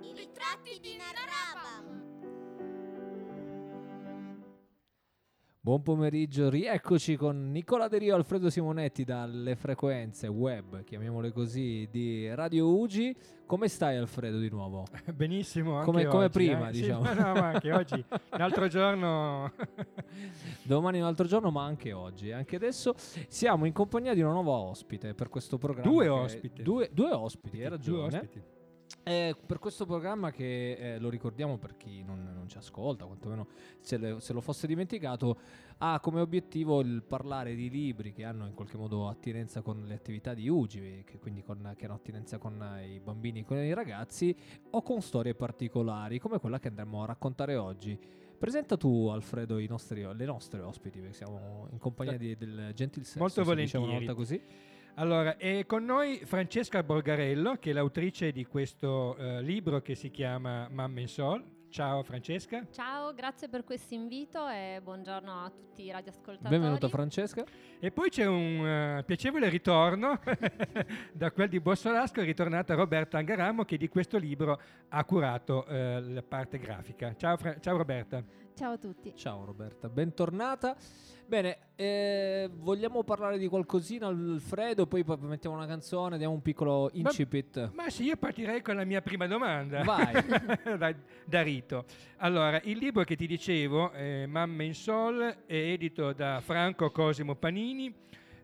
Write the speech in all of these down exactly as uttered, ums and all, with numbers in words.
I ritratti di Narrabam. Buon pomeriggio, rieccoci con Nicola De Rio e Alfredo Simonetti dalle frequenze web, chiamiamole così, di Radio U G I. Come stai, Alfredo, di nuovo? Benissimo, anche come, oggi, come prima, eh? diciamo. Sì, no, ma anche oggi, un altro giorno. Domani un altro giorno, ma anche oggi. Anche adesso siamo in compagnia di una nuova ospite per questo programma. Due che- ospiti. Due, due ospiti, hai Due ragione. ospiti. Eh, per questo programma che eh, lo ricordiamo per chi non, non ci ascolta, quantomeno se, le- se lo fosse dimenticato, ha come obiettivo il parlare di libri che hanno in qualche modo attinenza con le attività di U G I, che quindi con, che hanno attinenza con eh, i bambini e con i ragazzi, o con storie particolari come quella che andremo a raccontare oggi. Presenta tu, Alfredo, i nostri, le nostre ospiti, perché siamo in compagnia di, del gentil sesso, Molto si diceva una volentieri. volta così. Allora, è con noi Francesca Borgarello, che è l'autrice di questo eh, libro che si chiama Mamma in Sol. Ciao Francesca. Ciao, grazie per questo invito e buongiorno a tutti i radioascoltatori. Benvenuta Francesca. E poi c'è un eh, piacevole ritorno da quel di Bossolasco, è ritornata Roberta Angaramo, che di questo libro ha curato eh, la parte grafica. Ciao, Fra- ciao Roberta. Ciao a tutti. Ciao Roberta, bentornata. Bene, eh, vogliamo parlare di qualcosina, Alfredo, poi poi mettiamo una canzone, diamo un piccolo incipit. Ma sì, io partirei con la mia prima domanda. Vai. da, da rito. Allora, il libro che ti dicevo, eh, Mamma in Sol, è edito da Franco Cosimo Panini,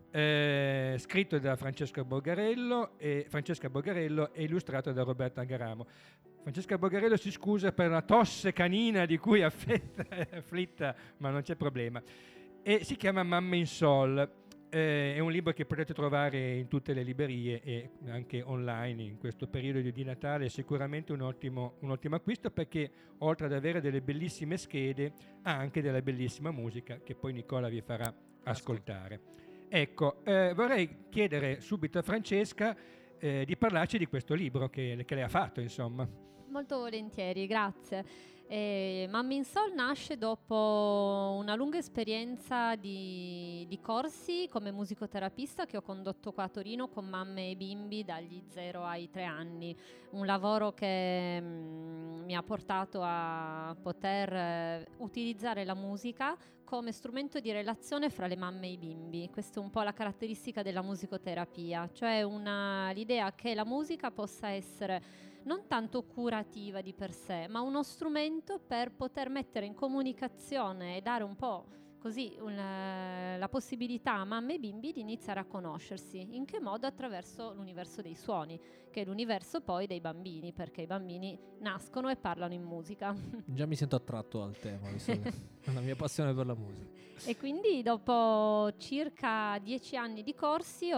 eh, scritto da Francesca Borgarello e Francesca Borgarello e illustrato da Roberta Angaramo. Francesca Borgarello si scusa per la tosse canina di cui è affetta, è afflitta, ma non c'è problema. E si chiama Mamma in Sol. Eh, è un libro che potete trovare in tutte le librerie e anche online in questo periodo di Natale. È sicuramente un ottimo, un ottimo acquisto, perché oltre ad avere delle bellissime schede ha anche della bellissima musica che poi Nicola vi farà ascoltare. Ecco, eh, vorrei chiedere subito a Francesca eh, di parlarci di questo libro che, che lei ha fatto, insomma. Molto volentieri, grazie. Eh, Mamma in Sol nasce dopo una lunga esperienza di, di corsi come musicoterapista che ho condotto qua a Torino con mamme e bimbi dagli zero ai tre anni. Un lavoro che mh, mi ha portato a poter eh, utilizzare la musica come strumento di relazione fra le mamme e i bimbi. Questa è un po' la caratteristica della musicoterapia, cioè una, l'idea che la musica possa essere non tanto curativa di per sé, ma uno strumento per poter mettere in comunicazione e dare un po' così una, la possibilità a mamme e bimbi di iniziare a conoscersi. In che modo? Attraverso l'universo dei suoni, che è l'universo poi dei bambini, perché i bambini nascono e parlano in musica. Già mi sento attratto al tema, visto che è la mia passione per la musica. E quindi dopo circa dieci anni di corsi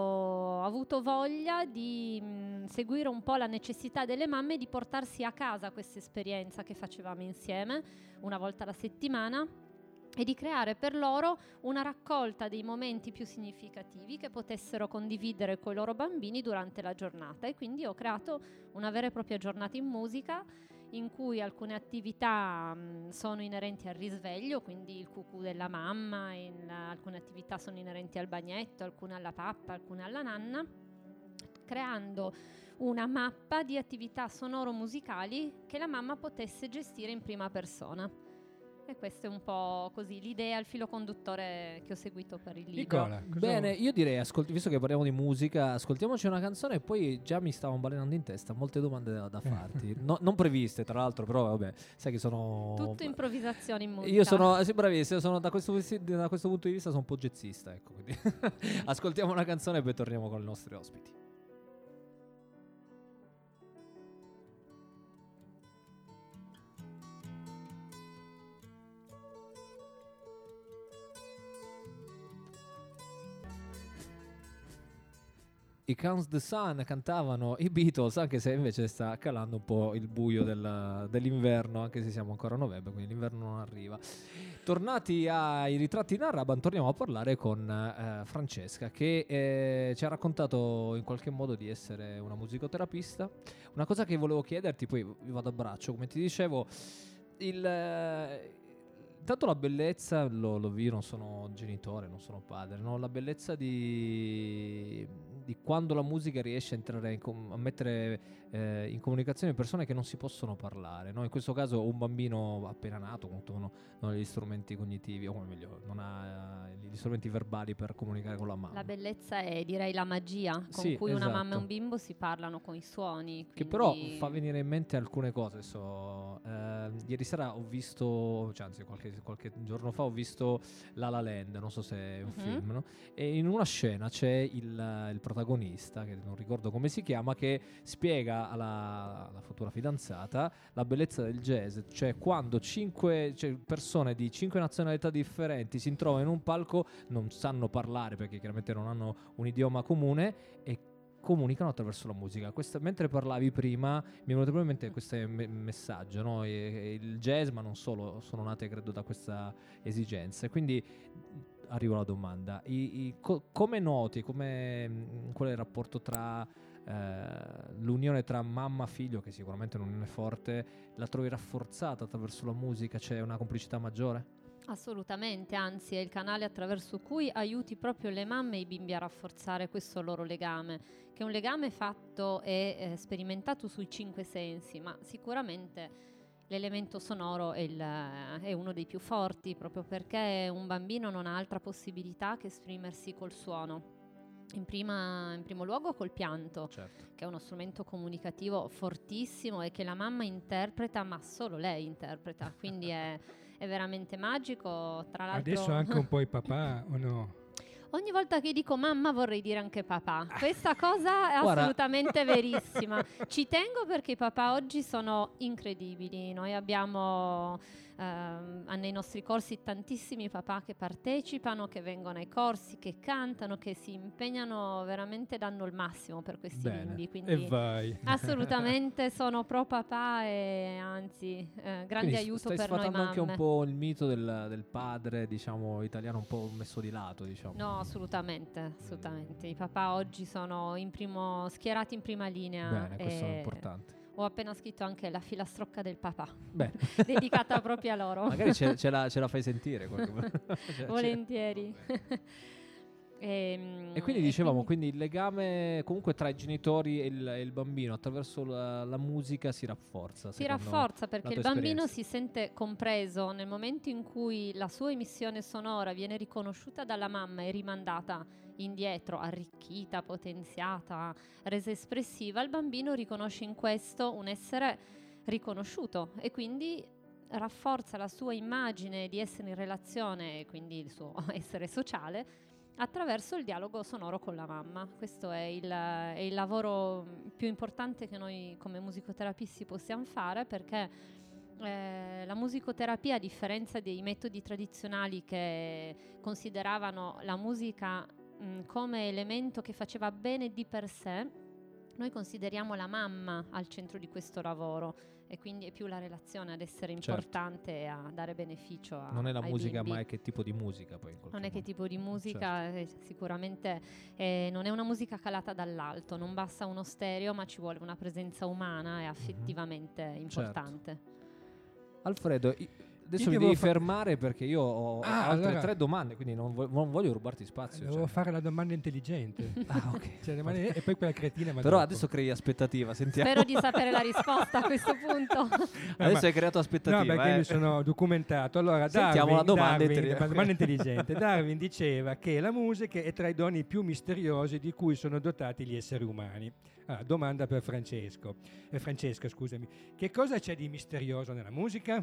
ho avuto voglia di mh, seguire un po' la necessità delle mamme di portarsi a casa questa esperienza che facevamo insieme una volta alla settimana e di creare per loro una raccolta dei momenti più significativi che potessero condividere con i loro bambini durante la giornata. E quindi ho creato una vera e propria giornata in musica, in cui alcune attività mh, sono inerenti al risveglio, quindi il cucù della mamma, in, uh, alcune attività sono inerenti al bagnetto, alcune alla pappa, alcune alla nanna, creando una mappa di attività sonoro-musicali che la mamma potesse gestire in prima persona. E questo è un po' così l'idea, il filo conduttore che ho seguito per il libro. Nicola, cosa Bene, vuoi? io direi, ascolti, visto che parliamo di musica, ascoltiamoci una canzone e poi già mi stavano balenando in testa molte domande da, da farti. No- non previste, tra l'altro, però vabbè, sai che sono... Tutto improvvisazione in musica. Io sono, eh, sì, bravissimo, sono da questo, da questo punto di vista sono un po' jazzista, ecco, quindi ascoltiamo una canzone e poi torniamo con i nostri ospiti. I Counts the Sun cantavano i Beatles, anche se invece sta calando un po' il buio del- dell'inverno, anche se siamo ancora a novembre, quindi l'inverno non arriva. Tornati ai ritratti in Arraban, torniamo a parlare con eh, Francesca, che eh, ci ha raccontato in qualche modo di essere una musicoterapista. Una cosa che volevo chiederti, poi vi vado a braccio, come ti dicevo, il... eh, Intanto la bellezza, lo, lo vi, non sono genitore, non sono padre, no? La bellezza di, di quando la musica riesce a entrare in com- a mettere eh, in comunicazione persone che non si possono parlare, no? In questo caso un bambino appena nato appunto, non, non ha gli strumenti cognitivi, o meglio non ha eh, gli strumenti verbali per comunicare con la mamma. La bellezza è, direi, la magia con Sì, cui una mamma e esatto. un bimbo si parlano con i suoni. Che quindi- però fa venire in mente alcune cose. Adesso, eh, ieri sera ho visto, cioè anzi qualche, qualche giorno fa ho visto La La Land, non so se è un Mhm. film, no? E in una scena c'è il, il protagonista, che non ricordo come si chiama, che spiega alla, alla futura fidanzata la bellezza del jazz, cioè quando cinque cioè persone di cinque nazionalità differenti si trovano in un palco, non sanno parlare perché chiaramente non hanno un idioma comune e comunicano attraverso la musica. Questa, mentre parlavi prima mi è venuto proprio in mente questo me- messaggio, no? E- e il jazz, ma non solo, sono nate credo da questa esigenza. E quindi arrivo alla domanda: I, i- co- come noti, come, mh, qual è il rapporto tra eh, l'unione tra mamma e figlio, che sicuramente è un'unione forte, la trovi rafforzata attraverso la musica? C'è una complicità maggiore? Assolutamente, anzi è il canale attraverso cui aiuti proprio le mamme e i bimbi a rafforzare questo loro legame, che è un legame fatto e eh, sperimentato sui cinque sensi, ma sicuramente l'elemento sonoro è, il- è uno dei più forti, proprio perché un bambino non ha altra possibilità che esprimersi col suono. In, prima, in primo luogo col pianto, Certo. che è uno strumento comunicativo fortissimo e che la mamma interpreta, ma solo lei interpreta, quindi è, è veramente magico. Tra l'altro, Adesso anche un po' i papà, o no? ogni volta che dico mamma vorrei dire anche papà. Questa cosa è Guarda. assolutamente verissima. Ci tengo perché i papà oggi sono incredibili. Noi abbiamo ehm, nei nostri corsi tantissimi papà che partecipano, che vengono ai corsi, che cantano, che si impegnano, veramente danno il massimo per questi Bene. bimbi. E Quindi vai. assolutamente sono pro papà e anzi eh, grande Quindi aiuto stai per noi sfatando mamme. anche un po' il mito del, del padre, diciamo, italiano un po' messo di lato, diciamo. No, assolutamente, assolutamente. I papà oggi sono in primo, schierati in prima linea. Bene, questo è e importante. Ho appena scritto anche la filastrocca del papà, Bene. dedicata proprio a loro. Magari ce, ce la, ce la fai sentire. qualche- cioè, Volentieri. ce- e, E quindi dicevamo, quindi il legame comunque tra i genitori e il, e il bambino attraverso la, la musica si rafforza. si secondo rafforza perché la il tua bambino esperienza. si sente compreso nel momento in cui la sua emissione sonora viene riconosciuta dalla mamma e rimandata indietro, arricchita, potenziata, resa espressiva. Il bambino riconosce in questo un essere riconosciuto e quindi rafforza la sua immagine di essere in relazione e quindi il suo essere sociale attraverso il dialogo sonoro con la mamma. Questo è il, è il lavoro più importante che noi come musicoterapisti possiamo fare, perché eh, la musicoterapia, a differenza dei metodi tradizionali che consideravano la musica mh, come elemento che faceva bene di per sé, noi consideriamo la mamma al centro di questo lavoro e quindi è più la relazione ad essere Certo. importante e a dare beneficio a, Non è la ai musica, bimbi. ma è che tipo di musica poi. in qualche Non è che modo. tipo di musica, eh, sicuramente eh, non è una musica calata dall'alto, non basta uno stereo, ma ci vuole una presenza umana e affettivamente importante. Alfredo, i- adesso Io mi devo devi fa- fermare perché io ho Ah, altre allora- tre domande, quindi non, vo- non voglio rubarti spazio. Devo cioè. fare la domanda intelligente. Ah, ok. Cioè, rimane- e poi quella cretina. ma Però dopo. adesso crei aspettativa, sentiamo. Spero di sapere la risposta a questo punto. Adesso ma- hai creato No, aspettativa. perché eh. mi sono documentato. Allora, Sentiamo Darwin, la domanda Darwin- intelligente. la domanda intelligente. Darwin diceva che la musica è tra i doni più misteriosi di cui sono dotati gli esseri umani. Ah, domanda per Francesco. Eh, Francesca, scusami. Che cosa c'è di misterioso nella musica?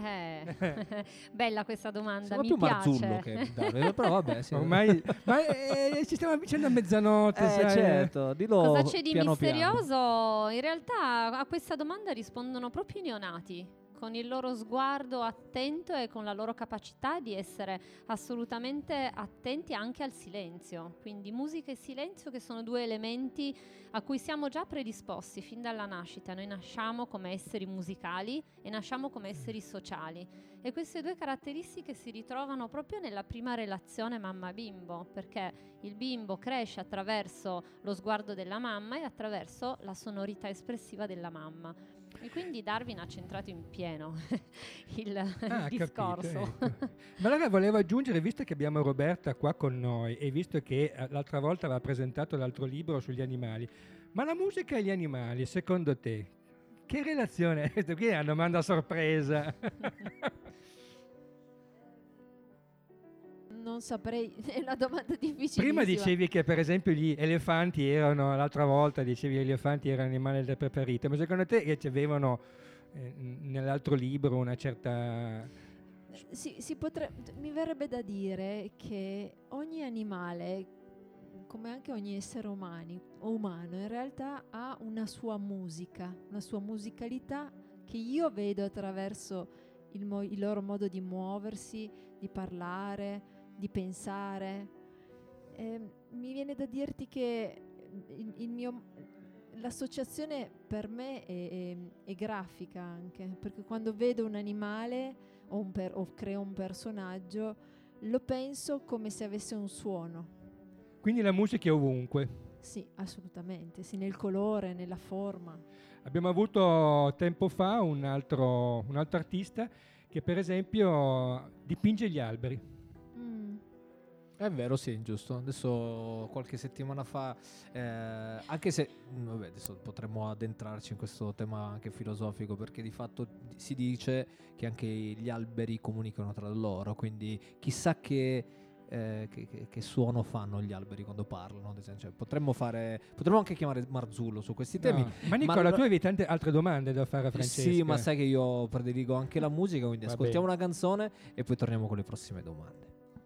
Eh, bella questa domanda, Sembra mi più piace. Marzullo che Davide, però vabbè, sì. Ormai ma eh, ci stiamo avvicinando a mezzanotte. Eh, sai, certo, dillo Cosa c'è di piano misterioso? piano. In realtà a questa domanda rispondono proprio i neonati, con il loro sguardo attento e con la loro capacità di essere assolutamente attenti anche al silenzio. Quindi musica e silenzio, che sono due elementi a cui siamo già predisposti fin dalla nascita. Noi nasciamo come esseri musicali e nasciamo come esseri sociali. E queste due caratteristiche si ritrovano proprio nella prima relazione mamma-bimbo, perché il bimbo cresce attraverso lo sguardo della mamma e attraverso la sonorità espressiva della mamma. E quindi Darwin ha centrato in pieno pieno il, Ah, il discorso. capito, ecco. Ma allora volevo aggiungere, visto che abbiamo Roberta qua con noi e visto che eh, l'altra volta aveva presentato l'altro libro sugli animali, ma la musica e gli animali, secondo te, che relazione è? Questa qui è una domanda a sorpresa. Non saprei, è una domanda difficilissima. Prima dicevi che per esempio gli elefanti erano, l'altra volta dicevi che gli elefanti erano l'animale preferito, ma secondo te che avevano eh, nell'altro libro una certa... Si, si potre- mi verrebbe da dire che ogni animale, come anche ogni essere umani, o umano, in realtà ha una sua musica, una sua musicalità che io vedo attraverso il, mo- il loro modo di muoversi, di parlare, di pensare. Eh, mi viene da dirti che il, il mio, l'associazione per me è, è, è grafica anche, perché quando vedo un animale o, un per, o creo un personaggio, lo penso come se avesse un suono. Quindi la musica è ovunque. Sì, assolutamente, sì, nel colore, nella forma. Abbiamo avuto tempo fa un altro, un altro artista che per esempio dipinge gli alberi. Mm. È vero, sì, giusto. Adesso qualche settimana fa, eh, anche se mh, vabbè, adesso potremmo addentrarci in questo tema anche filosofico, perché di fatto si dice che anche gli alberi comunicano tra loro, quindi chissà che, eh, che, che, che suono fanno gli alberi quando parlano, ad esempio. Cioè, potremmo fare, potremmo anche chiamare Marzullo su questi temi. No. Ma Nicola, allora- tu avevi tante altre domande da fare a Francesca. Sì, ma sai che io prediligo anche la musica, quindi Va ascoltiamo bene. una canzone e poi torniamo con le prossime domande.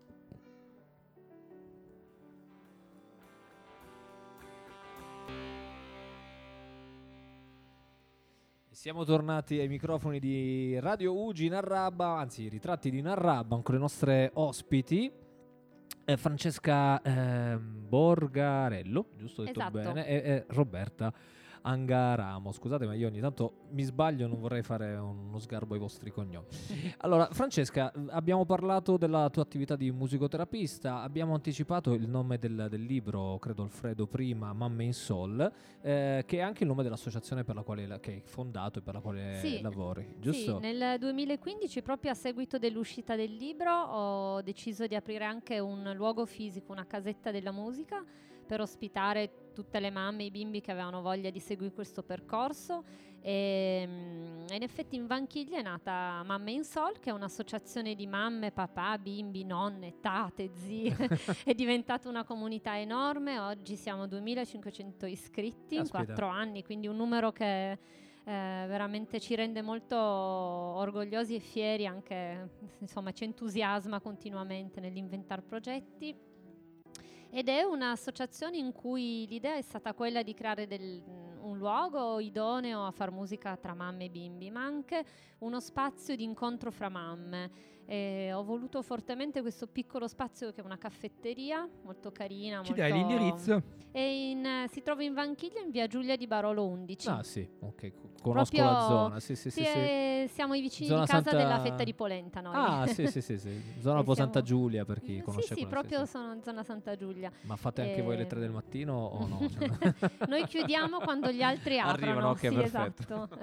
Siamo tornati ai microfoni di Radio Ugi Narrabba, anzi Ritratti di Narrabba, con le nostre ospiti eh, Francesca ehm, Borgarello, giusto detto Esatto. bene, e, e Roberta Angaramo. Scusate, ma io ogni tanto mi sbaglio, non vorrei fare uno sgarbo ai vostri cognomi. Allora, Francesca, abbiamo parlato della tua attività di musicoterapista, abbiamo anticipato il nome del, del libro, credo Alfredo prima, Mamme in Sol, eh, che è anche il nome dell'associazione per la quale la- che hai fondato e per la quale Sì. lavori, giusto? Sì, nel duemilaquindici, proprio a seguito dell'uscita del libro, ho deciso di aprire anche un luogo fisico, una casetta della musica, per ospitare tutte le mamme e i bimbi che avevano voglia di seguire questo percorso. E, mm, in effetti in Vanchiglia è nata Mamme in Sol, che è un'associazione di mamme, papà, bimbi, nonne, tate, zie. È diventata una comunità enorme. Oggi siamo duemilacinquecento iscritti Caspita. in quattro anni, quindi un numero che eh, veramente ci rende molto orgogliosi e fieri, anche insomma ci entusiasma continuamente nell'inventare progetti. Ed è un'associazione in cui l'idea è stata quella di creare del- un luogo idoneo a far musica tra mamme e bimbi, ma anche uno spazio di incontro fra mamme. E ho voluto fortemente questo piccolo spazio che è una caffetteria molto carina. Ci molto... dai l'indirizzo? E in, eh, si trova in Vanchiglia, in via Giulia di Barolo undici. Ah sì, ok, co- conosco Proprio- la zona, sì sì sì, Sì, sì. eh, siamo i vicini Zona di casa Santa- della fetta di polenta noi. Ah sì sì sì, sì. Zona E un po' Santa siamo- Giulia per chi Eh, conosce sì, sì, quella, proprio sì. sono in zona Santa Giulia. Ma fate anche voi alle Ehm, tre del mattino o no? Cioè- Noi chiudiamo quando gli altri aprono. Arrivano, ok, sì, perfetto. esatto.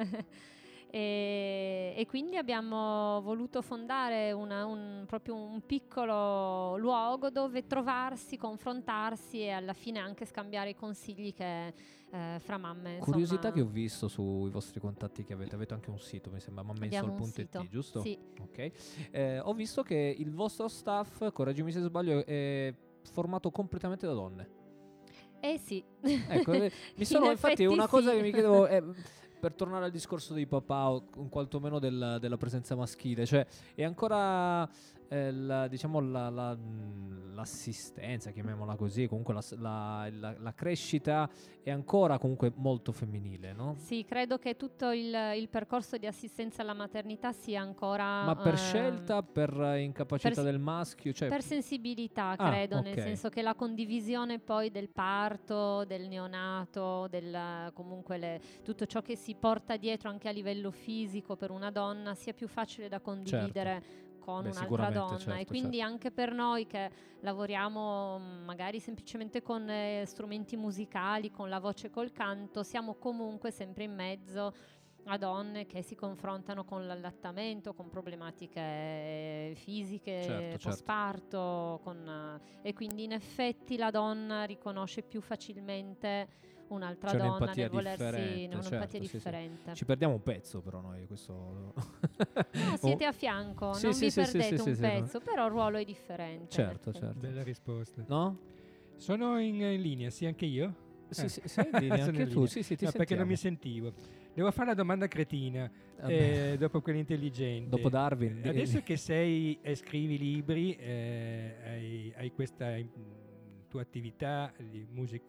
e, e quindi abbiamo voluto fondare una- un, proprio un piccolo luogo dove trovarsi, confrontarsi e alla fine anche scambiare i consigli che eh, fra mamme. Curiosità insomma, che ho visto sui vostri contatti che avete, avete anche un sito, mi sembra abbiamo un mammainsol punto sito. it, giusto? Sì. Ok. Eh, ho visto che il vostro staff, correggimi se sbaglio, è formato completamente da donne. Eh sì. Ecco, eh, mi sono In infatti effetti una cosa sì. che mi chiedevo è, per tornare al discorso dei papà o con quantomeno del- della presenza maschile, cioè è ancora eh, la- diciamo la- la- mh, l'assistenza, chiamiamola così, comunque la, s- la- la- la crescita è ancora comunque molto femminile, no? Sì, credo che tutto il, il percorso di assistenza alla maternità sia ancora... Ma per ehm, scelta, per eh, incapacità per- del maschio, cioè Per sensibilità, Ah, credo, nel ok. senso che la condivisione poi del parto, del neonato, del, comunque le- tutto ciò che si porta dietro anche a livello fisico per una donna sia più facile da condividere con Beh, un'altra sicuramente, donna. certo, e quindi anche per noi che lavoriamo mh, magari semplicemente con eh, strumenti musicali, con la voce e col canto, siamo comunque sempre in mezzo a donne che si confrontano con l'allattamento, con problematiche fisiche, Certo, certo. postparto, con, e quindi in effetti la donna riconosce più facilmente un'altra C'è donna un'empatia nel volersi, differente, un'empatia certo, sì, sì. differente. Ci perdiamo un pezzo però noi, questo... No, siete a fianco, Sì, non sì, vi sì, sì, perdete sì, un sì, no. pezzo, però il ruolo è differente. Certo, in effetti. certo. Bella risposta. No? Sono in, in linea, sì, anche io? Sì, Eh. sì, sei in linea, Sono anche in tu, linea. sì, sì, ti No, perché non mi sentiamo. sentivo. Devo fare una domanda cretina, Vabbè. eh, dopo quella intelligente. Dopo Darwin. Eh, Adesso che sei e scrivi libri, eh, hai, hai questa mm, tua attività di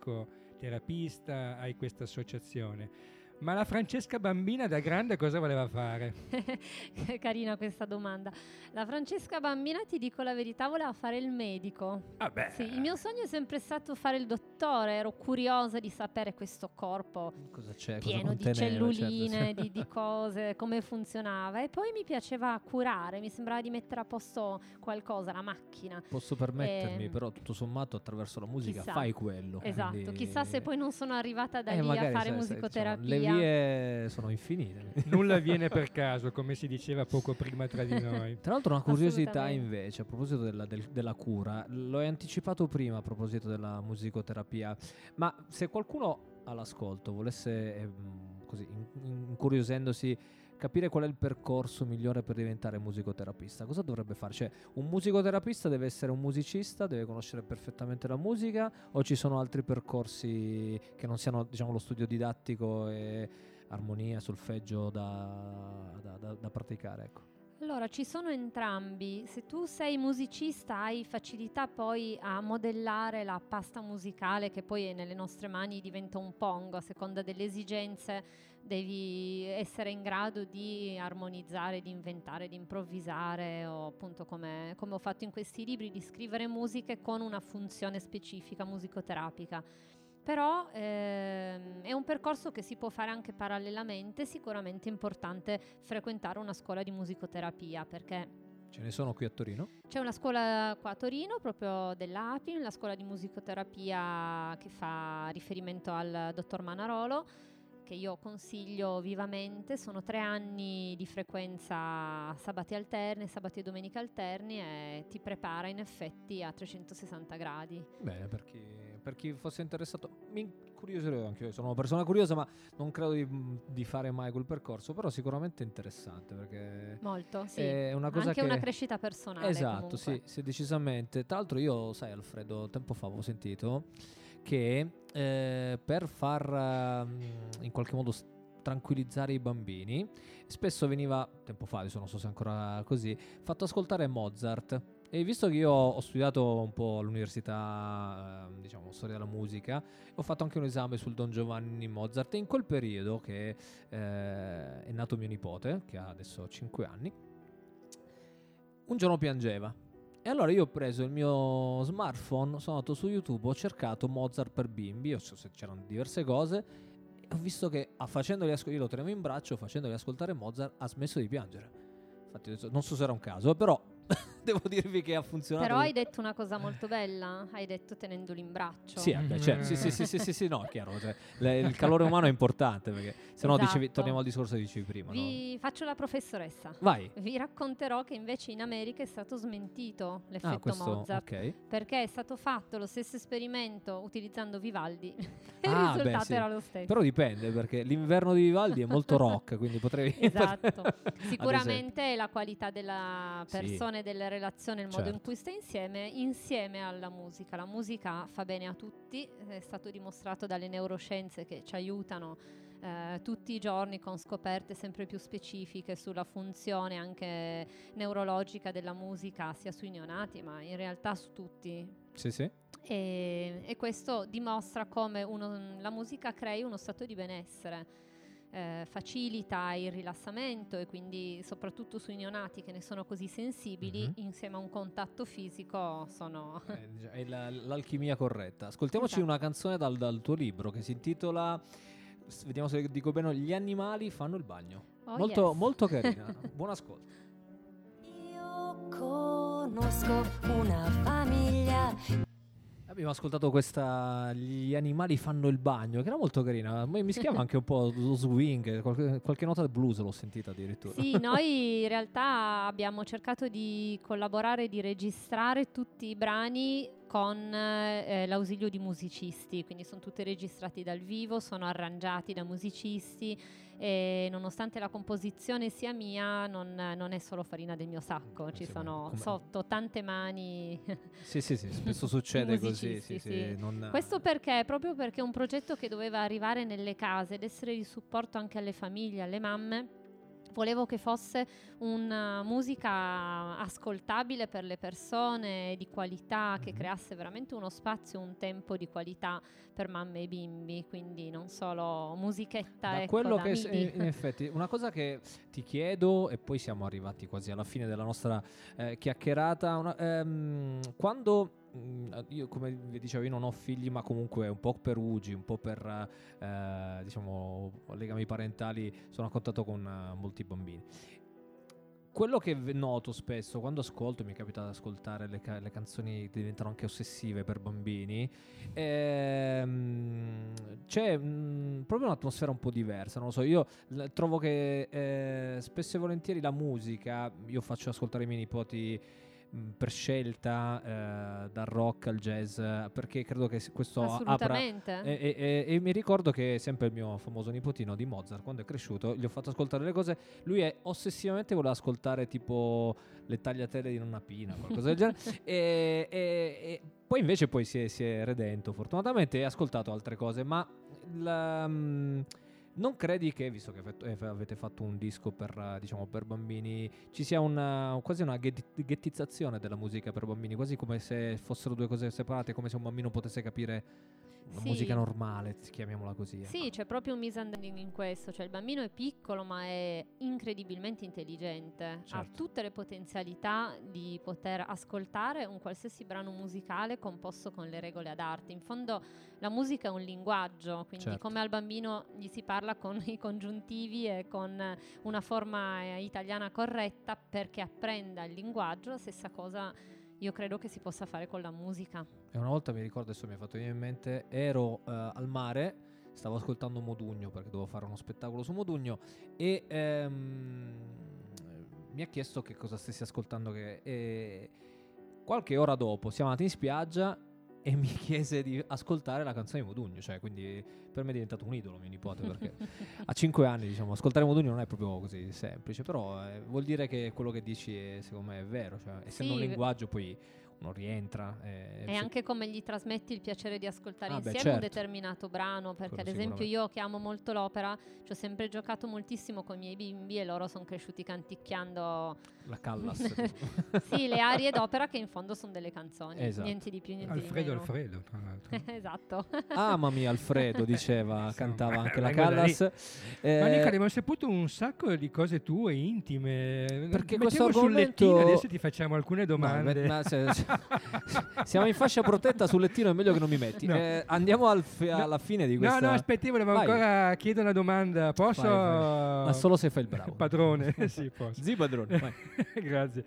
musicoterapista, hai questa associazione. Ma la Francesca bambina da grande cosa voleva fare? Carina questa domanda. La Francesca bambina, ti dico la verità, voleva fare il medico. Vabbè. Sì, il mio sogno è sempre stato fare il dottore, ero curiosa di sapere questo corpo Cosa c'è? pieno cosa di conteneva, celluline, certo. di, di cose, come funzionava. E poi mi piaceva curare, mi sembrava di mettere a posto qualcosa, la macchina. Posso permettermi, Ehm, però tutto sommato attraverso la musica chissà. fai quello. Esatto, quindi- chissà se poi non sono arrivata da Eh, lì magari, a fare sai, sai, musicoterapia. insomma, le vie sono infinite. Nulla viene per caso, come si diceva poco prima tra di noi. Tra l'altro una curiosità Assolutamente. invece, a proposito della, del- della cura, lo hai anticipato prima a proposito della musicoterapia, ma se qualcuno all'ascolto volesse, ehm, così, in- incuriosendosi, capire qual è il percorso migliore per diventare musicoterapista, cosa dovrebbe fare? Cioè, un musicoterapista deve essere un musicista, deve conoscere perfettamente la musica, o ci sono altri percorsi che non siano, diciamo, lo studio didattico e armonia, solfeggio da, da- da- da praticare, ecco. Allora, ci sono entrambi. Se tu sei musicista hai facilità poi a modellare la pasta musicale che poi nelle nostre mani diventa un pongo, a seconda delle esigenze devi essere in grado di armonizzare, di inventare, di improvvisare o appunto come, come ho fatto in questi libri, di scrivere musiche con una funzione specifica musicoterapica. Però ehm, è un percorso che si può fare anche parallelamente, sicuramente è importante frequentare una scuola di musicoterapia perché Ce ne sono qui a Torino? c'è una scuola qua a Torino, proprio dell'A P I, la scuola di musicoterapia che fa riferimento al dottor Manarolo, che io consiglio vivamente. Sono tre anni di frequenza sabati alterni, sabati e domenica alterni e ti prepara in effetti a trecentosessanta gradi. Bene, per chi, per chi fosse interessato, mi incuriosirò anche io. Sono una persona curiosa, ma non credo di, di fare mai quel percorso. Però sicuramente interessante perché Molto, sì. è una cosa Anche che... una crescita personale. Esatto, sì, comunque. sì, decisamente. Tra l'altro io, sai Alfredo, tempo fa avevo sentito che eh, per far mm, in qualche modo s- tranquillizzare i bambini, spesso veniva, tempo fa, adesso non so se è ancora così, fatto ascoltare Mozart. E visto che io ho studiato un po' all'università, eh, diciamo, storia della musica, ho fatto anche un esame sul Don Giovanni Mozart, e in quel periodo che eh, è nato mio nipote, che ha adesso cinque anni, un giorno piangeva. E allora io ho preso il mio smartphone, sono andato su YouTube, ho cercato Mozart per bimbi, o so se c'erano diverse cose, e ho visto che a facendoli ascoltare, io lo tenevo in braccio, facendoli ascoltare Mozart ha smesso di piangere. Infatti adesso non so se era un caso, però devo dirvi che ha funzionato. Però hai detto una cosa molto bella, hai detto tenendolo in braccio. Sì, vabbè, cioè, sì, sì, sì, sì, sì, sì, no, è chiaro, cioè, le- il calore umano è importante, perché se no Esatto. dicevi, torniamo al discorso che dicevi prima, no? Vi faccio la professoressa. Vai. Vi racconterò che invece in America è stato smentito l'effetto Ah, questo, Mozart, ok. perché è stato fatto lo stesso esperimento utilizzando Vivaldi e Ah, il beh, risultato sì. era lo stesso. Però dipende, perché l'inverno di Vivaldi è molto rock, quindi potrei... Esatto, ad esempio. sicuramente la qualità della Sì. persona e delle relazioni, il modo in Certo. cui sta insieme, insieme alla musica. La musica fa bene a tutti, è stato dimostrato dalle neuroscienze che ci aiutano eh, tutti i giorni con scoperte sempre più specifiche sulla funzione anche neurologica della musica, sia sui neonati, ma in realtà su tutti. Sì, sì. E, e questo dimostra come uno- la musica crei uno stato di benessere. Eh, facilita il rilassamento e quindi soprattutto sui neonati che ne sono così sensibili, Mhm. insieme a un contatto fisico sono Eh, dicia- è la- l'alchimia corretta. Ascoltiamoci Esatto. una canzone dal, dal tuo libro che si intitola, s- vediamo se dico bene, Gli animali fanno il bagno. Oh, molto, yes. molto carina. Buon ascolto. Io conosco una famiglia. Abbiamo abbiamo ascoltato questa Gli animali fanno il bagno, che era molto carina. Mi mischiava anche un po' lo swing, qualche, qualche nota del blues l'ho sentita addirittura. Sì, noi in realtà abbiamo cercato di collaborare, di registrare tutti i brani con eh, l'ausilio di musicisti, quindi sono tutti registrati dal vivo, sono arrangiati da musicisti e nonostante la composizione sia mia, non, non è solo farina del mio sacco, ci Sì, sono come- sotto tante mani. Sì, sì, sì, spesso succede così. musicisti, Sì, sì. sì, non- Questo perché? Proprio perché è un progetto che doveva arrivare nelle case ed essere di supporto anche alle famiglie, alle mamme. Volevo che fosse una musica ascoltabile per le persone, di qualità, che Mhm. creasse veramente uno spazio, un tempo di qualità per mamme e bimbi, quindi non solo musichetta, Da ecco, quello da che s- MIDI. in effetti, una cosa che ti chiedo, e poi siamo arrivati quasi alla fine della nostra eh, chiacchierata, una- ehm, quando mh, io, come vi dicevo, io non ho figli, ma comunque un po' per ugi, un po' per eh, diciamo legami parentali, sono a contatto con eh, molti bambini. Quello che v- noto spesso quando ascolto, mi capita di ascoltare le, ca- le canzoni che diventano anche ossessive per bambini, ehm, c'è mm, proprio un'atmosfera un po' diversa. Non lo so, io l- trovo che eh, spesso e volentieri la musica, io faccio ascoltare ai miei nipoti mh, per scelta, eh, dal rock al jazz, eh, perché credo che s- questo a- apra. Assolutamente. E, e- e- e mi ricordo che sempre il mio famoso nipotino di Mozart, quando è cresciuto, gli ho fatto ascoltare le cose. Lui è ossessivamente voleva ascoltare tipo le tagliatelle di Nonna Pina, qualcosa del genere. e, e- e poi invece poi si è, si è redento fortunatamente e ha ascoltato altre cose. Ma la, mm, non credi che, visto che avete- eh, avete fatto un disco per, eh, diciamo, per bambini, ci sia una, quasi una ghetti- ghettizzazione della musica per bambini, quasi come se fossero due cose separate, come se un bambino potesse capire una Sì. musica normale, chiamiamola così. Sì, ecco. c'è proprio un misunderstanding in questo, cioè il bambino è piccolo ma è incredibilmente intelligente, ha Certo. tutte le potenzialità di poter ascoltare un qualsiasi brano musicale composto con le regole ad arte. In fondo la musica è un linguaggio, quindi Certo. come al bambino gli si parla con i congiuntivi e con una forma eh, italiana corretta perché apprenda il linguaggio, la stessa cosa io credo che si possa fare con la musica. E una volta mi ricordo, adesso mi ha fatto venire in mente, ero eh, al mare, stavo ascoltando Modugno perché dovevo fare uno spettacolo su Modugno e ehm, mi ha chiesto che cosa stessi ascoltando. Che, e qualche ora dopo siamo andati in spiaggia e mi chiese di ascoltare la canzone di Modugno, cioè quindi per me è diventato un idolo mio nipote, perché a cinque anni, diciamo, ascoltare Modugno non è proprio così semplice, però eh, vuol dire che quello che dici è, secondo me è vero, cioè, essendo Sì, un linguaggio poi uno rientra eh, E se- anche come gli trasmetti il piacere di ascoltare Ah, beh, insieme un certo. determinato brano, perché Quello ad esempio sicuramente. io che amo molto l'opera, ci ho sempre giocato moltissimo con i miei bimbi e loro sono cresciuti canticchiando la Callas. sì, le arie d'opera che in fondo sono delle canzoni, Esatto. niente di più, niente Alfredo di meno. Alfredo, tra l'altro. Esatto. Amami Alfredo, diceva, Insomma, cantava anche la vengo da lì. Callas. Ma Eh, Nicola, abbiamo saputo un sacco di cose tue, intime. Perché Ti questo mettiamo sul argomento- lettino, adesso ti facciamo alcune no, domande. ma se- se- siamo in fascia protetta sul lettino, è meglio che non mi metti. No. Eh, andiamo al fi- No. alla fine di No, questa. no, aspetta, io volevo Vai. ancora chiedere una domanda. Posso? Vai, vai. Ma solo se fai il bravo. Padrone, sì, posso. Zi padrone, vai. Grazie.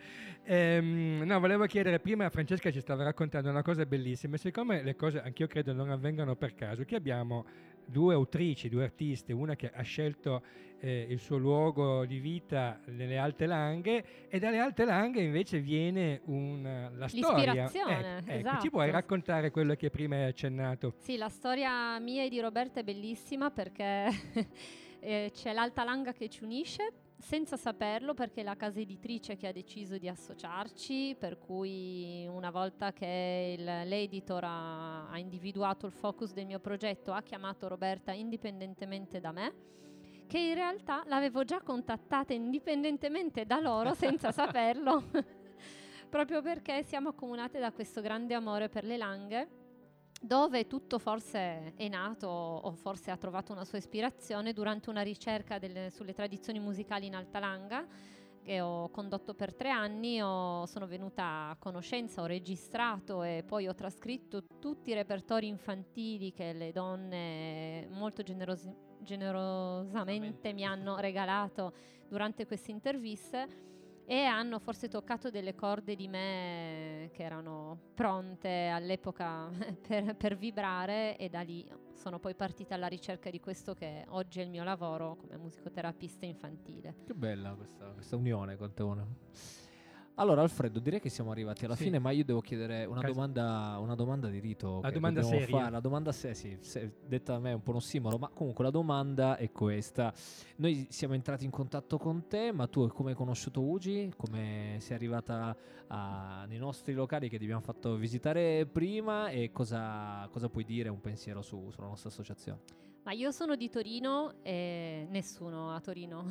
Ehm, no, volevo chiedere prima, Francesca ci stava raccontando una cosa bellissima. Siccome le cose, anch'io credo, non avvengano per caso, che abbiamo due autrici, due artiste, una che ha scelto eh, il suo luogo di vita nelle Alte Langhe e dalle Alte Langhe invece viene una, la storia. L'ispirazione, Ecco, ecco, esatto. ci puoi raccontare quello che prima hai accennato? Sì, la storia mia e di Roberta è bellissima perché eh, c'è l'Alta Langa che ci unisce senza saperlo, perché è la casa editrice che ha deciso di associarci, per cui una volta che il, l'editor ha, ha individuato il focus del mio progetto ha chiamato Roberta indipendentemente da me, che in realtà l'avevo già contattata indipendentemente da loro senza saperlo, proprio perché siamo accomunate da questo grande amore per le Langhe, dove tutto forse è nato o forse ha trovato una sua ispirazione durante una ricerca delle- sulle tradizioni musicali in Alta Langa che ho condotto per tre anni. Ho- sono venuta a conoscenza, ho registrato e poi ho trascritto tutti i repertori infantili che le donne molto generosi- generosamente mi hanno regalato durante queste interviste. e hanno forse toccato delle corde di me che erano pronte all'epoca per, per vibrare, e da lì sono poi partita alla ricerca di questo che oggi è il mio lavoro come musicoterapista infantile. Che bella questa, questa unione con te. Allora Alfredo, direi che siamo arrivati alla Sì. fine, ma io devo chiedere una Cas- domanda, una domanda di rito. La che domanda dobbiamo seria. fare. La domanda se, sì, se- detta da me è un po' un ossimoro, ma comunque la domanda è questa. Noi siamo entrati in contatto con te, ma tu come hai conosciuto Ugi? Come sei arrivata a- nei nostri locali che ti abbiamo fatto visitare prima, e cosa, cosa puoi dire, un pensiero su- sulla nostra associazione? Ma io sono di Torino e nessuno a Torino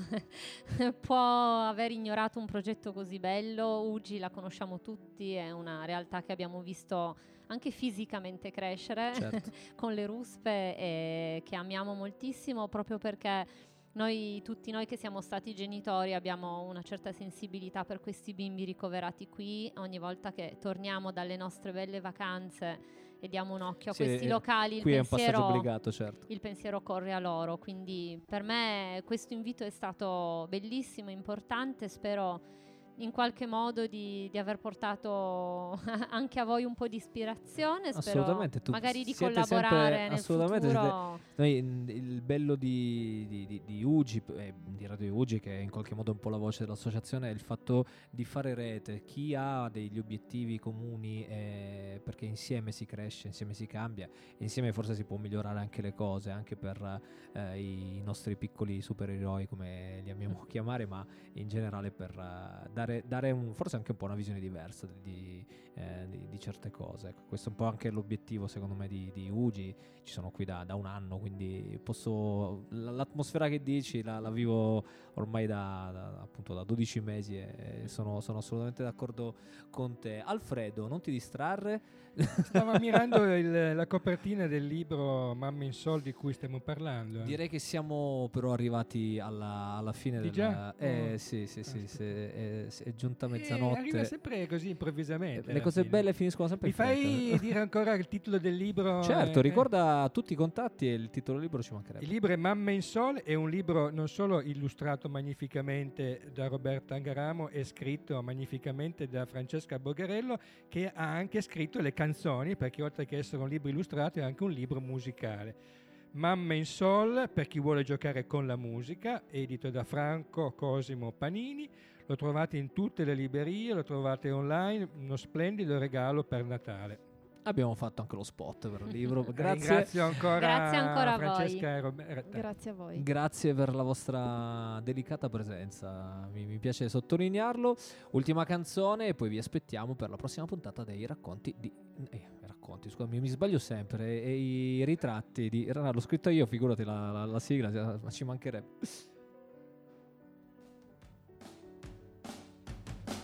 può aver ignorato un progetto così bello. Ugi la conosciamo tutti, è una realtà che abbiamo visto anche fisicamente crescere Certo. con le ruspe, e che amiamo moltissimo, proprio perché noi, tutti noi che siamo stati genitori, abbiamo una certa sensibilità per questi bimbi ricoverati qui. Ogni volta che torniamo dalle nostre belle vacanze e diamo un occhio a Sì, questi eh, locali, il Qui è un passaggio pensiero, obbligato, certo. il pensiero corre a loro. Quindi per me questo invito è stato bellissimo, importante. Spero in qualche modo di, di aver portato anche a voi un po' di ispirazione. Spero Assolutamente, tu magari di siete collaborare sempre- nel assolutamente futuro. Noi, mh, il bello di, di, di, di Ugi, eh, di Radio Ugi, che è in qualche modo un po' la voce dell'associazione, è il fatto di fare rete. Chi ha degli obiettivi comuni, eh, perché insieme si cresce, insieme si cambia, e insieme forse si può migliorare anche le cose, anche per eh, i nostri piccoli supereroi, come li amiamo chiamare, ma in generale per eh, dare, dare un, forse anche un po' una visione diversa di, eh, di, di certe cose. Ecco, questo è un po' anche l'obiettivo, secondo me, di, di Ugi. Ci sono qui da, da un anno, quindi posso l- l'atmosfera che dici la, la vivo ormai da, da- appunto da dodici mesi, e sono, sono assolutamente d'accordo con te. Alfredo, non ti distrarre. Stavo ammirando il- la copertina del libro Mamme in Sol di cui stiamo parlando. eh. Direi che siamo però arrivati alla, alla fine Di della... già? Eh Oh. sì, sì, sì, Ah, sì, è, è giunta Eh, mezzanotte. arriva sempre così improvvisamente. Le alla cose fine. belle finiscono sempre Mi in fretta. fai dire ancora il titolo del libro? Certo, Eh, ricorda tutti i contatti e il titolo del libro, ci mancherebbe. Il libro è Mamme in Sol, è un libro non solo illustrato magnificamente da Roberto Angaramo e scritto magnificamente da Francesca Bogarello, che ha anche scritto le canzoni, perché oltre che essere un libro illustrato è anche un libro musicale. Mamme in Sol, per chi vuole giocare con la musica, edito da Franco Cosimo Panini. Lo trovate in tutte le librerie, lo trovate online, uno splendido regalo per Natale. Abbiamo fatto anche lo spot per il libro. Grazie. Ringrazio ancora, Grazie ancora a voi. Francesca e Roberta. Grazie a voi. Grazie per la vostra delicata presenza, mi, mi piace sottolinearlo. Ultima canzone e poi vi aspettiamo per la prossima puntata dei racconti di... Eh, racconti, scusami, mi sbaglio sempre. E i ritratti di... L'ho scritto io, figurati la, la, la sigla, ma ci mancherebbe.